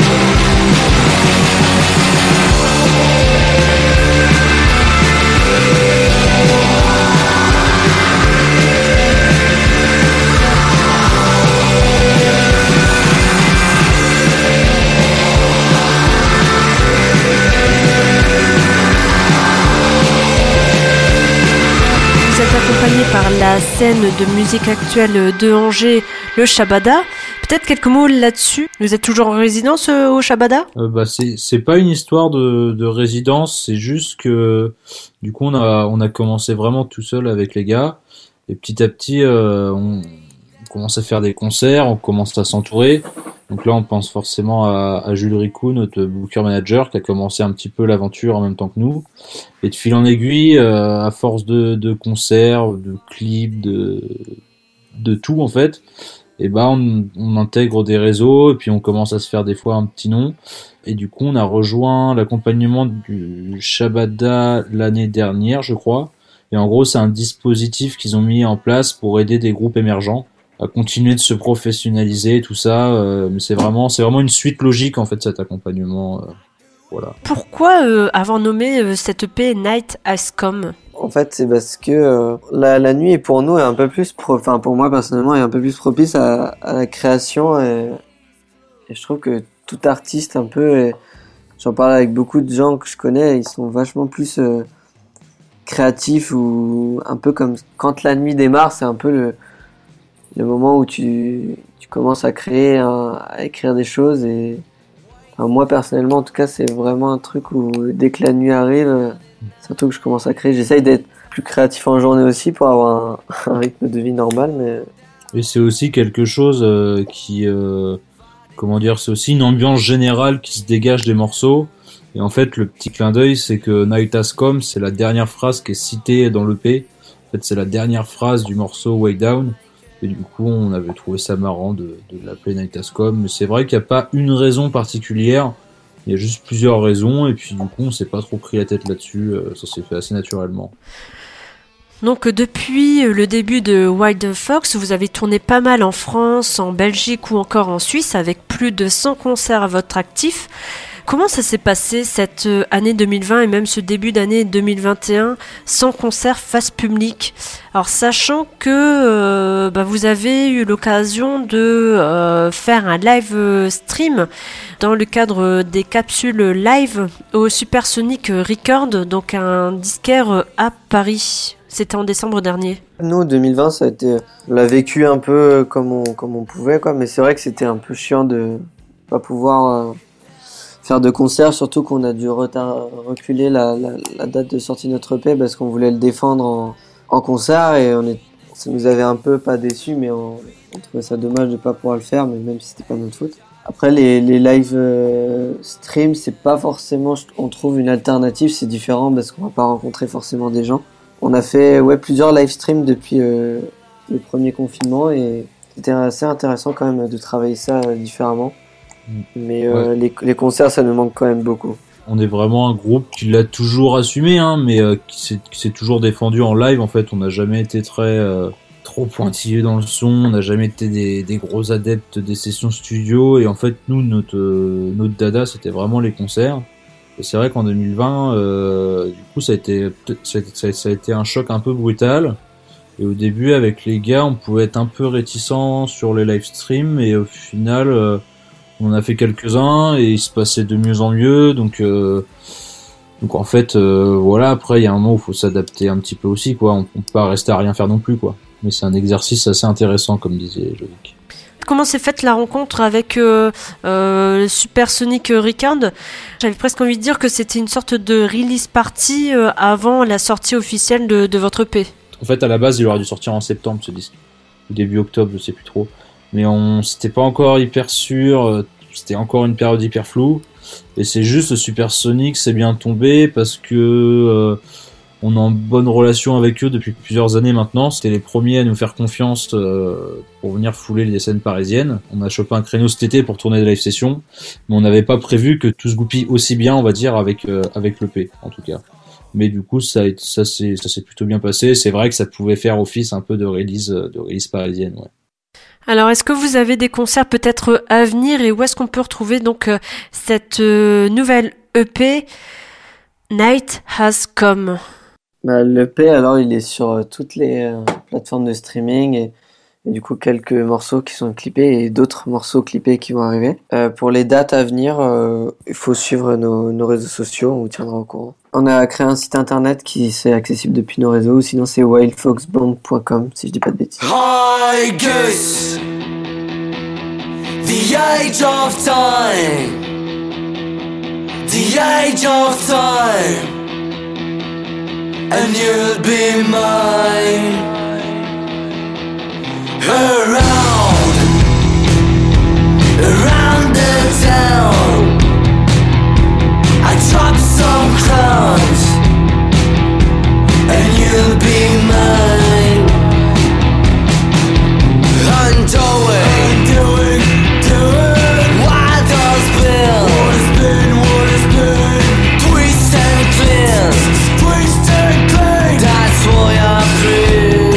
Vous êtes accompagné par la scène de musique actuelle de Angers, le Shabada. Peut-être quelques mots là-dessus. Vous êtes toujours en résidence euh, au Shabada ? Euh, bah c'est c'est pas une histoire de de résidence, c'est juste que du coup on a on a commencé vraiment tout seul avec les gars et petit à petit euh, on, on commence à faire des concerts, on commence à s'entourer. Donc là on pense forcément à, à Jules Ricou, notre booker manager, qui a commencé un petit peu l'aventure en même temps que nous. Et de fil en aiguille, euh, à force de de concerts, de clips, de de tout en fait. Et ben on, on intègre des réseaux et puis on commence à se faire des fois un petit nom. Et du coup on a rejoint l'accompagnement du Shabada l'année dernière je crois. Et en gros c'est un dispositif qu'ils ont mis en place pour aider des groupes émergents à continuer de se professionnaliser, tout ça. Euh, mais c'est vraiment c'est vraiment une suite logique en fait cet accompagnement. Euh, voilà. Pourquoi euh, avoir nommé euh, cette E P Night Has Come ? En fait, c'est parce que euh, la, la nuit est pour nous est un peu plus, pro... enfin pour moi personnellement, est un peu plus propice à, à la création et, et je trouve que tout artiste un peu, et j'en parle avec beaucoup de gens que je connais, ils sont vachement plus euh, créatifs ou un peu comme quand la nuit démarre, c'est un peu le, le moment où tu, tu commences à créer, un, à écrire des choses et enfin, moi personnellement en tout cas c'est vraiment un truc où dès que la nuit arrive, surtout que je commence à créer, j'essaye d'être plus créatif en journée aussi pour avoir un, un rythme de vie normal. Mais et c'est aussi quelque chose euh, qui, euh, comment dire, c'est aussi une ambiance générale qui se dégage des morceaux. Et en fait, le petit clin d'œil, c'est que Night Has Come, c'est la dernière phrase qui est citée dans l'E P. En fait, c'est la dernière phrase du morceau Way Down. Et du coup, on avait trouvé ça marrant de, de l'appeler Night Has Come. Mais c'est vrai qu'il n'y a pas une raison particulière. Il y a juste plusieurs raisons et puis du coup on s'est pas trop pris la tête là-dessus, ça s'est fait assez naturellement. Donc depuis le début de Wild Fox, vous avez tourné pas mal en France, en Belgique ou encore en Suisse avec plus de cent concerts à votre actif. Comment ça s'est passé cette année deux mille vingt et même ce début d'année deux mille vingt et un sans concert face public ? Alors sachant que euh, bah, vous avez eu l'occasion de euh, faire un live stream dans le cadre des capsules live au Supersonic Record, donc un disquaire à Paris. C'était en décembre dernier. Nous, deux mille vingt, ça a été, on l'a vécu un peu comme on, comme on pouvait, quoi. Mais c'est vrai que c'était un peu chiant de pas pouvoir... Euh, faire de concerts, surtout qu'on a dû retard, reculer la, la, la date de sortie de notre E P parce qu'on voulait le défendre en, en concert et on est, ça nous avait un peu pas déçus, mais on, on trouvait ça dommage de pas pouvoir le faire, mais même si c'était pas notre faute. Après les, les live euh, streams, c'est pas forcément, on trouve une alternative, c'est différent parce qu'on va pas rencontrer forcément des gens. On a fait ouais plusieurs live streams depuis euh, le premier confinement et c'était assez intéressant quand même de travailler ça euh, différemment. Mais euh, ouais. les, les concerts, ça nous manque quand même beaucoup. On est vraiment un groupe qui l'a toujours assumé, hein, mais euh, qui, s'est, qui s'est toujours défendu en live. En fait, on n'a jamais été très euh, trop pointillés dans le son. On n'a jamais été des, des gros adeptes des sessions studio. Et en fait, nous, notre euh, notre dada, c'était vraiment les concerts. Et c'est vrai qu'en deux mille vingt, euh, du coup, ça a été ça a, ça, ça a été un choc un peu brutal. Et au début, avec les gars, on pouvait être un peu réticents sur les live streams, et au final. Euh, On en a fait quelques-uns et il se passait de mieux en mieux, donc euh, donc en fait euh, voilà, après il y a un moment où il faut s'adapter un petit peu aussi, quoi. On, on peut pas rester à rien faire non plus, quoi. Mais c'est un exercice assez intéressant, comme disait Jovic. comment s'est faite la rencontre avec euh, euh, Supersonic Records. J'avais presque envie de dire que c'était une sorte de release party euh, avant la sortie officielle de, de votre E P. En fait, à la base, il aurait dû sortir en septembre, ce disque. Début octobre, je sais plus trop. Mais on c'était pas encore hyper sûr, c'était encore une période hyper floue. Et c'est juste Supersonic c'est bien tombé parce que euh, on est en bonne relation avec eux depuis plusieurs années maintenant. C'était les premiers à nous faire confiance euh, pour venir fouler les scènes parisiennes. On a chopé un créneau cet été pour tourner des live sessions, mais on n'avait pas prévu que tout se goupille aussi bien, on va dire, avec euh, avec l'E P en tout cas. Mais du coup, ça, ça, s'est, ça s'est plutôt bien passé. C'est vrai que ça pouvait faire office un peu de release, de release parisienne. Ouais. Alors, est-ce que vous avez des concerts peut-être à venir et où est-ce qu'on peut retrouver donc euh, cette euh, nouvelle E P Night Has Come? Bah, l'E P, alors, il est sur euh, toutes les euh, plateformes de streaming et, et du coup quelques morceaux qui sont clippés et d'autres morceaux clippés qui vont arriver. Euh, pour les dates à venir, euh, il faut suivre nos, nos réseaux sociaux, on vous tiendra au courant. On a créé un site internet qui est accessible depuis nos réseaux, sinon c'est wild fox band point com si je dis pas de bêtises. Hi Goose, the age of time, the age of time, and you'll be mine. Around, around the town, I drop some crumbs, and you'll be mine. Undoing, undoing, doing what has been, what has been, what has been. Twist and clean, twist and clean. That's why I breathe.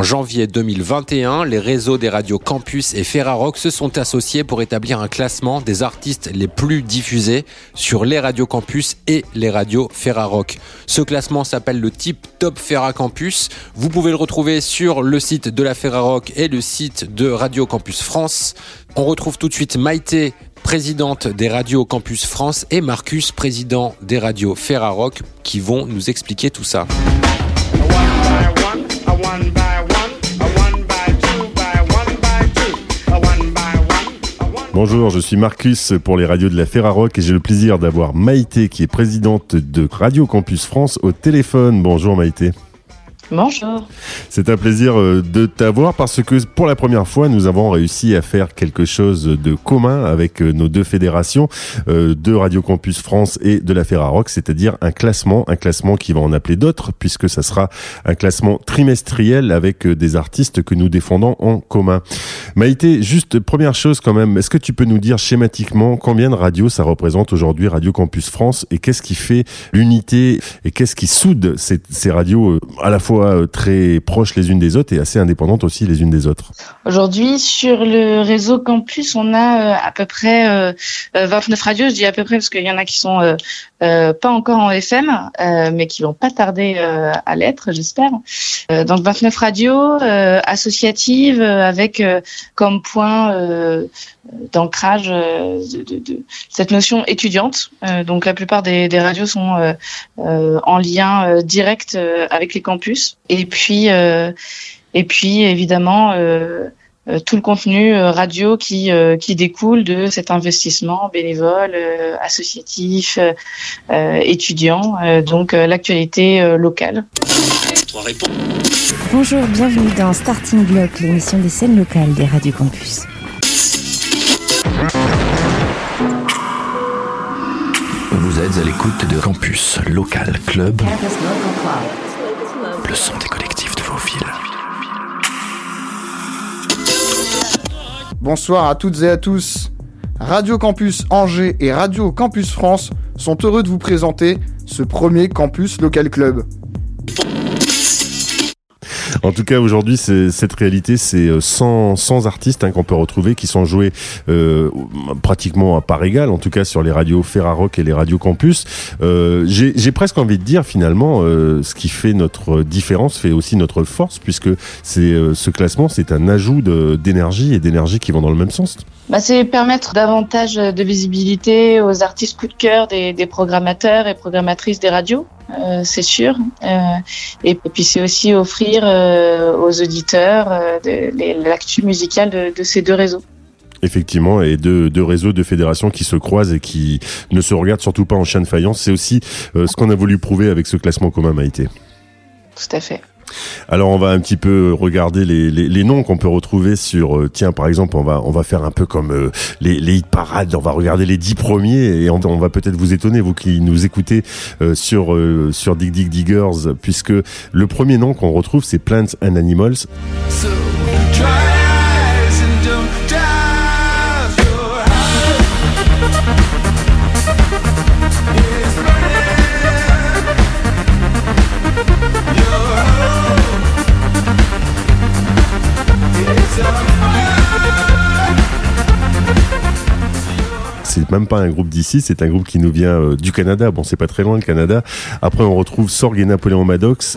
janvier deux mille vingt et un, les réseaux des radios Campus et Ferrarock se sont associés pour établir un classement des artistes les plus diffusés sur les radios Campus et les radios Ferrarock. Ce classement s'appelle le Tip Top Ferra Campus. Vous pouvez le retrouver sur le site de la Ferrarock et le site de Radio Campus France. On retrouve tout de suite Maïté, présidente des radios Campus France, et Marcus, président des radios Ferrarock, qui vont nous expliquer tout ça. Bonjour, je suis Marcus pour les radios de la Ferrarock et j'ai le plaisir d'avoir Maïté qui est présidente de Radio Campus France au téléphone. Bonjour Maïté. Bonjour. C'est un plaisir de t'avoir parce que pour la première fois, nous avons réussi à faire quelque chose de commun avec nos deux fédérations euh, de Radio Campus France et de la Ferrarock, c'est-à-dire un classement, un classement qui va en appeler d'autres puisque ça sera un classement trimestriel avec des artistes que nous défendons en commun. Maïté, juste première chose quand même, est-ce que tu peux nous dire schématiquement combien de radios ça représente aujourd'hui Radio Campus France et qu'est-ce qui fait l'unité et qu'est-ce qui soude ces, ces radios à la fois très proches les unes des autres et assez indépendantes aussi les unes des autres? Aujourd'hui, sur le réseau Campus, on a euh, à peu près euh, vingt-neuf radios. Je dis à peu près parce qu'il y en a qui sont euh, euh, pas encore en F M, euh, mais qui vont pas tarder euh, à l'être, j'espère. Euh, donc vingt-neuf radios euh, associatives euh, avec euh, comme point euh, d'ancrage euh, de, de, de cette notion étudiante. Euh, donc la plupart des, des radios sont euh, euh, en lien euh, direct euh, avec les campus. Et puis, euh, et puis évidemment, euh, euh, tout le contenu euh, radio qui euh, qui découle de cet investissement bénévole, euh, associatif, euh, étudiant. Euh, donc euh, l'actualité euh, locale. Bonjour, bienvenue dans Starting Block, l'émission des scènes locales des radios Campus. Vous êtes à l'écoute de Campus Local Club. Le son des collectifs de vos villes. Bonsoir à toutes et à tous. Radio Campus Angers et Radio Campus France sont heureux de vous présenter ce premier Campus Local Club. En tout cas, aujourd'hui, c'est, cette réalité, c'est cent, cent artistes hein, qu'on peut retrouver qui sont joués euh, pratiquement à part égale, en tout cas sur les radios Ferrarock et les radios Campus. Euh, j'ai, j'ai presque envie de dire, finalement, euh, ce qui fait notre différence fait aussi notre force, puisque c'est, euh, ce classement, c'est un ajout de, d'énergie et d'énergie qui vont dans le même sens. Bah, c'est permettre davantage de visibilité aux artistes coup de cœur des, des programmateurs et programmatrices des radios, euh, c'est sûr. Euh, et, et puis c'est aussi offrir euh, aux auditeurs euh, de, les, l'actu musicale de, de ces deux réseaux. Effectivement, et deux, deux réseaux de fédérations qui se croisent et qui ne se regardent surtout pas en chien de faïence. C'est aussi euh, ce qu'on a voulu prouver avec ce classement commun, Maïté. Tout à fait. Alors on va un petit peu regarder les, les, les noms qu'on peut retrouver sur euh, tiens par exemple on va on va faire un peu comme euh, les, les hit parades, on va regarder les dix premiers et on, on va peut-être vous étonner vous qui nous écoutez euh, sur euh, sur Dig Dig Diggers, puisque le premier nom qu'on retrouve c'est Plants and Animals. So, c'est même pas un groupe d'ici, c'est un groupe qui nous vient euh, du Canada. Bon, c'est pas très loin le Canada. Après, on retrouve Sorg et Napoléon Maddox.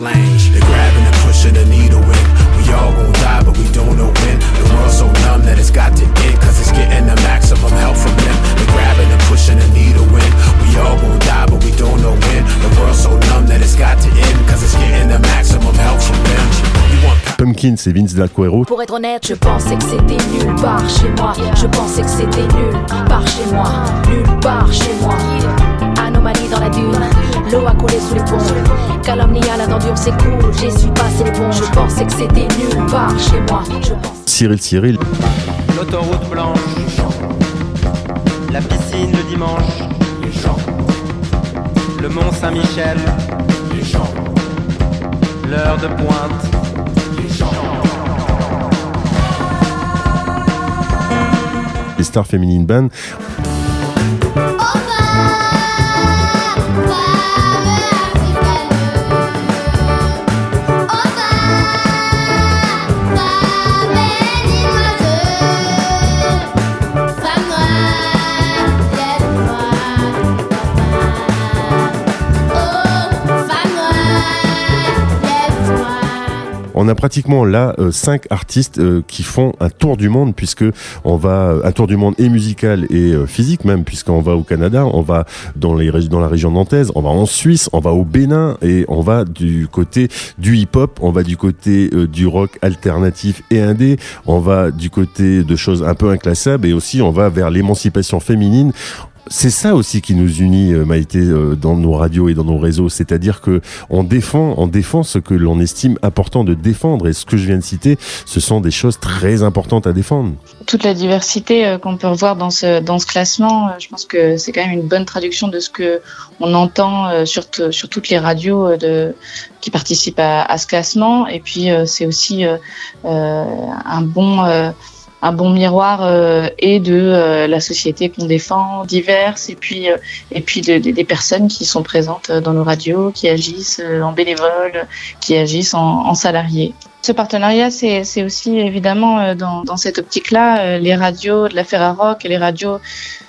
Pumpkin, c'est Vince D'Aquero. Pour être honnête, je pensais que c'était nulle part chez moi. Je pensais que c'était nulle part chez moi. Nulle part chez moi. Anomalie dans la dune, l'eau a coulé sous les ponts. Calomnie à la dent dure, c'est cool, j'y suis passé les ponts. Je pensais que c'était nulle part chez moi. Je pense... Cyril Cyril. L'autoroute blanche, la piscine le dimanche, les champs. Le Mont Saint-Michel, les champs. L'heure de pointe. Les Stars Feminine Band. on a pratiquement là euh, cinq artistes euh, qui font un tour du monde, puisque on va un tour du monde et musical et euh, physique même, puisqu'on va au Canada, on va dans les dans la région nantaise, on va en Suisse, on va au Bénin et on va du côté du hip-hop, on va du côté euh, du rock alternatif et indé, on va du côté de choses un peu inclassables et aussi on va vers l'émancipation féminine. C'est ça aussi qui nous unit, Maïté, dans nos radios et dans nos réseaux, c'est-à-dire que on défend, on défend ce que l'on estime important de défendre, et ce que je viens de citer, ce sont des choses très importantes à défendre. Toute la diversité qu'on peut revoir dans ce dans ce classement, je pense que c'est quand même une bonne traduction de ce que on entend sur sur toutes les radios de qui participent à, à ce classement, et puis c'est aussi euh, un bon euh, un bon miroir euh, et de euh, la société qu'on défend, diverse, et puis euh, et puis de, de, des personnes qui sont présentes dans nos radios, qui agissent euh, en bénévole, qui agissent en, en salariés. Ce partenariat, c'est c'est aussi évidemment euh, dans dans cette optique-là, euh, les radios de la Ferrarock et les radios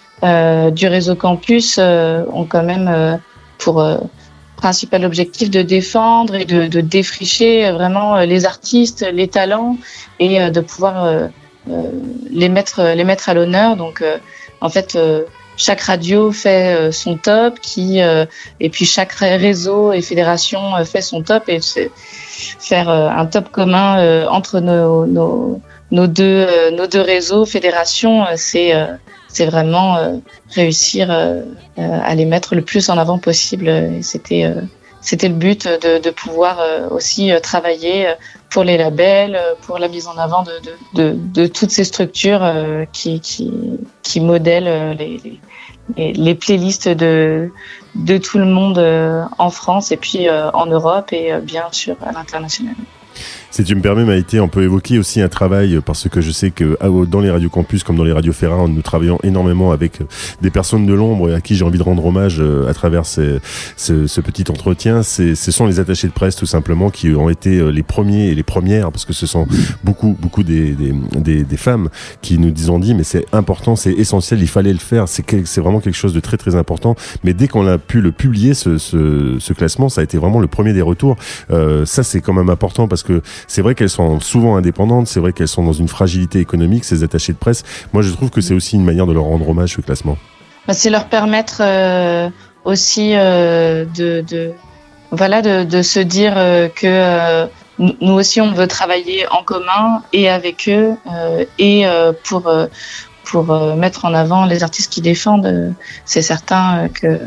euh, du réseau Campus euh, ont quand même euh, pour euh, principal objectif de défendre et de, de défricher euh, vraiment euh, les artistes, les talents, et euh, de pouvoir euh, Euh, les mettre les mettre à l'honneur. Donc euh, en fait euh, chaque radio fait euh, son top, qui euh, et puis chaque réseau et fédération euh, fait son top, et c'est faire euh, un top commun euh, entre nos nos nos deux euh, nos deux réseaux fédérations, euh, c'est euh, c'est vraiment euh, réussir euh, euh, à les mettre le plus en avant possible, et c'était euh, c'était le but de, de pouvoir euh, aussi euh, travailler pour les labels, pour la mise en avant de, de, de, de toutes ces structures euh, qui, qui, qui modèlent les, les, les playlists de, de tout le monde euh, en France et puis euh, en Europe et euh, bien sûr à l'international. Si tu me permets, Maïté, on peut évoquer aussi un travail, parce que je sais que dans les radios campus comme dans les radios Ferra, nous travaillons énormément avec des personnes de l'ombre à qui j'ai envie de rendre hommage à travers ces, ce, ce petit entretien. C'est, ce sont les attachés de presse, tout simplement, qui ont été les premiers et les premières, parce que ce sont beaucoup, beaucoup des, des, des, des femmes qui nous ont dit, mais c'est important, c'est essentiel, il fallait le faire, c'est, c'est vraiment quelque chose de très, très important. Mais dès qu'on a pu le publier, ce, ce, ce classement, ça a été vraiment le premier des retours. Euh, ça, c'est quand même important, parce que c'est vrai qu'elles sont souvent indépendantes, c'est vrai qu'elles sont dans une fragilité économique, ces attachés de presse. Moi, je trouve que c'est aussi une manière de leur rendre hommage, ce classement. Bah, c'est leur permettre euh, aussi euh, de, de, voilà, de, de se dire euh, que euh, nous aussi, on veut travailler en commun et avec eux, euh, et euh, pour, euh, pour euh, mettre en avant les artistes qui défendent. Euh, c'est certain euh, que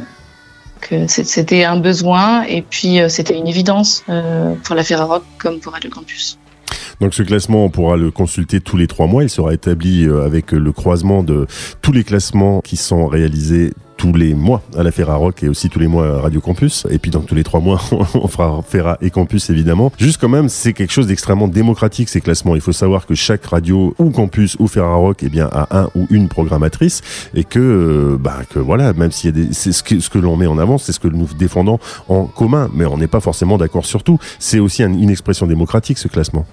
que c'était un besoin, et puis euh, c'était une évidence euh, pour la Ferrarock comme pour Radio Campus. Donc ce classement, on pourra le consulter tous les trois mois. Il sera établi avec le croisement de tous les classements qui sont réalisés tous les mois à la Ferrarock et aussi tous les mois à Radio Campus. Et puis dans tous les trois mois, on fera Ferra et Campus, évidemment. Juste quand même, c'est quelque chose d'extrêmement démocratique, ces classements. Il faut savoir que chaque radio ou Campus ou Ferrarock, eh bien, a un ou une programmatrice, et que, bah, que voilà, même s'il y a des, c'est ce que, ce que l'on met en avant, c'est ce que nous défendons en commun, mais on n'est pas forcément d'accord sur tout. C'est aussi un, une expression démocratique, ce classement.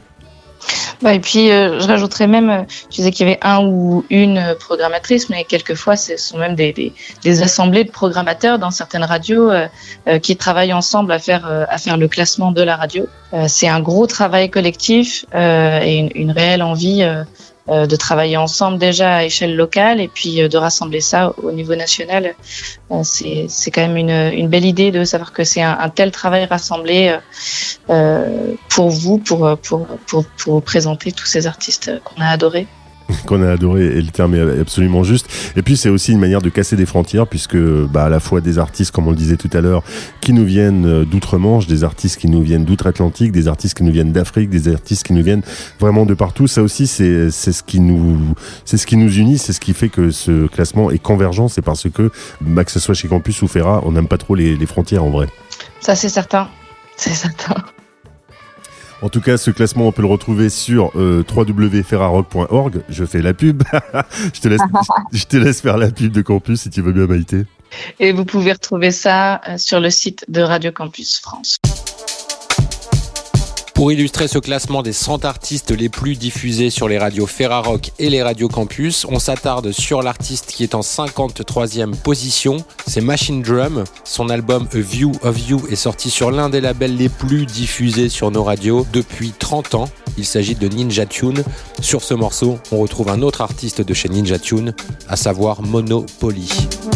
Bah, et puis, euh, je rajouterais même, euh, tu disais qu'il y avait un ou une programmatrice, mais quelquefois, ce sont même des, des, des assemblées de programmateurs dans certaines radios euh, euh, qui travaillent ensemble à faire, euh, à faire le classement de la radio. Euh, c'est un gros travail collectif euh, et une, une réelle envie euh, euh, de travailler ensemble déjà à échelle locale, et puis euh, de rassembler ça au niveau national. Euh, c'est, c'est quand même une, une belle idée de savoir que c'est un, un tel travail rassemblé euh, pour vous, pour, pour, pour, pour vous présenter tous ces artistes qu'on a adorés. qu'on a adoré, et le terme est absolument juste. Et puis c'est aussi une manière de casser des frontières, puisque bah, à la fois des artistes, comme on le disait tout à l'heure, qui nous viennent d'outre-Manche, des artistes qui nous viennent d'outre-Atlantique, des artistes qui nous viennent d'Afrique, des artistes qui nous viennent vraiment de partout. Ça aussi, c'est, c'est ce qui nous, c'est ce qui nous unit, c'est ce qui fait que ce classement est convergent. C'est parce que, bah, que ce soit chez Campus ou Ferra, on n'aime pas trop les, les frontières en vrai. Ça, c'est certain. C'est certain. En tout cas, ce classement, on peut le retrouver sur euh, w w w point ferrarock point org. Je fais la pub. je, te laisse, je te laisse faire la pub de Campus, si tu veux bien, Maïté. Et vous pouvez retrouver ça sur le site de Radio Campus France. Pour illustrer ce classement des cent artistes les plus diffusés sur les radios Ferrarock et les radios Campus, on s'attarde sur l'artiste qui est en cinquante-troisième position, c'est Machine Drum. Son album A View of You est sorti sur l'un des labels les plus diffusés sur nos radios depuis trente ans. Il s'agit de Ninja Tune. Sur ce morceau, on retrouve un autre artiste de chez Ninja Tune, à savoir Monopoly.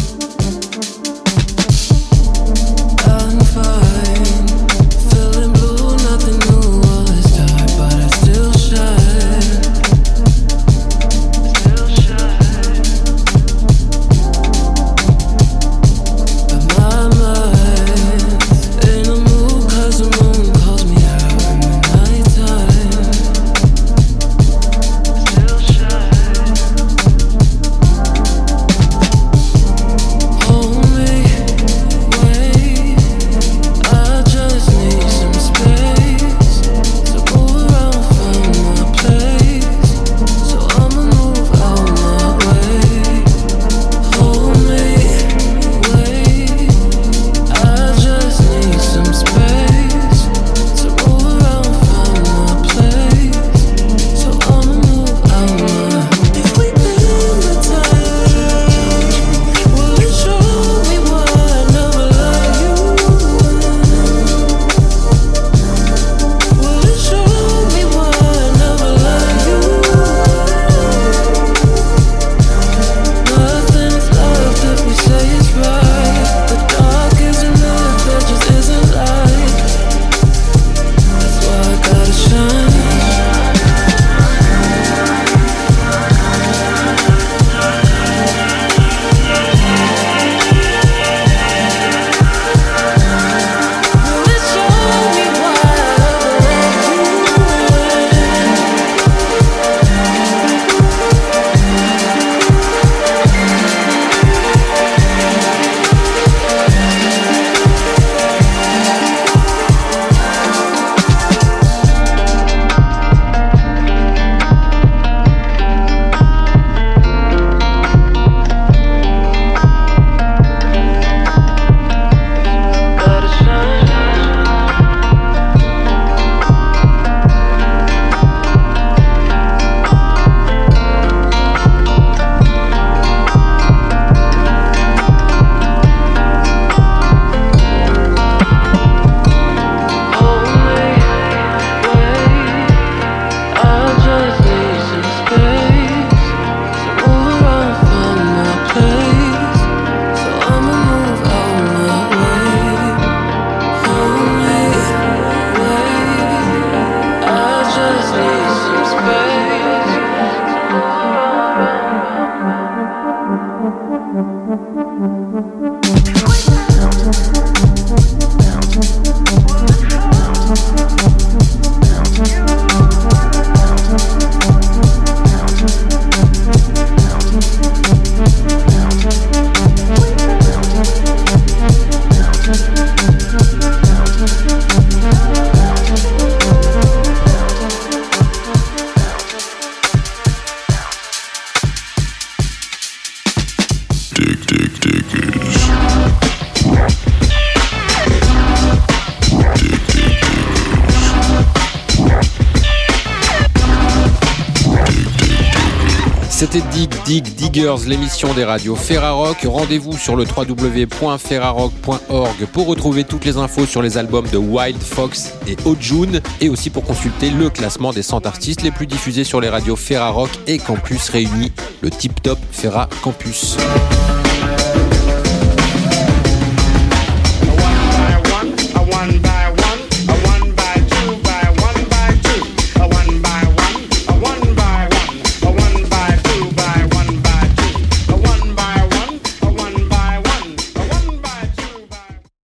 C'était Dig Dig Diggers, l'émission des radios Ferrarock. Rendez-vous sur le w w w point ferrarock point org pour retrouver toutes les infos sur les albums de Wild Fox et Ojune, et aussi pour consulter le classement des cent artistes les plus diffusés sur les radios Ferrarock et Campus réunis, le Tip Top Ferra Campus.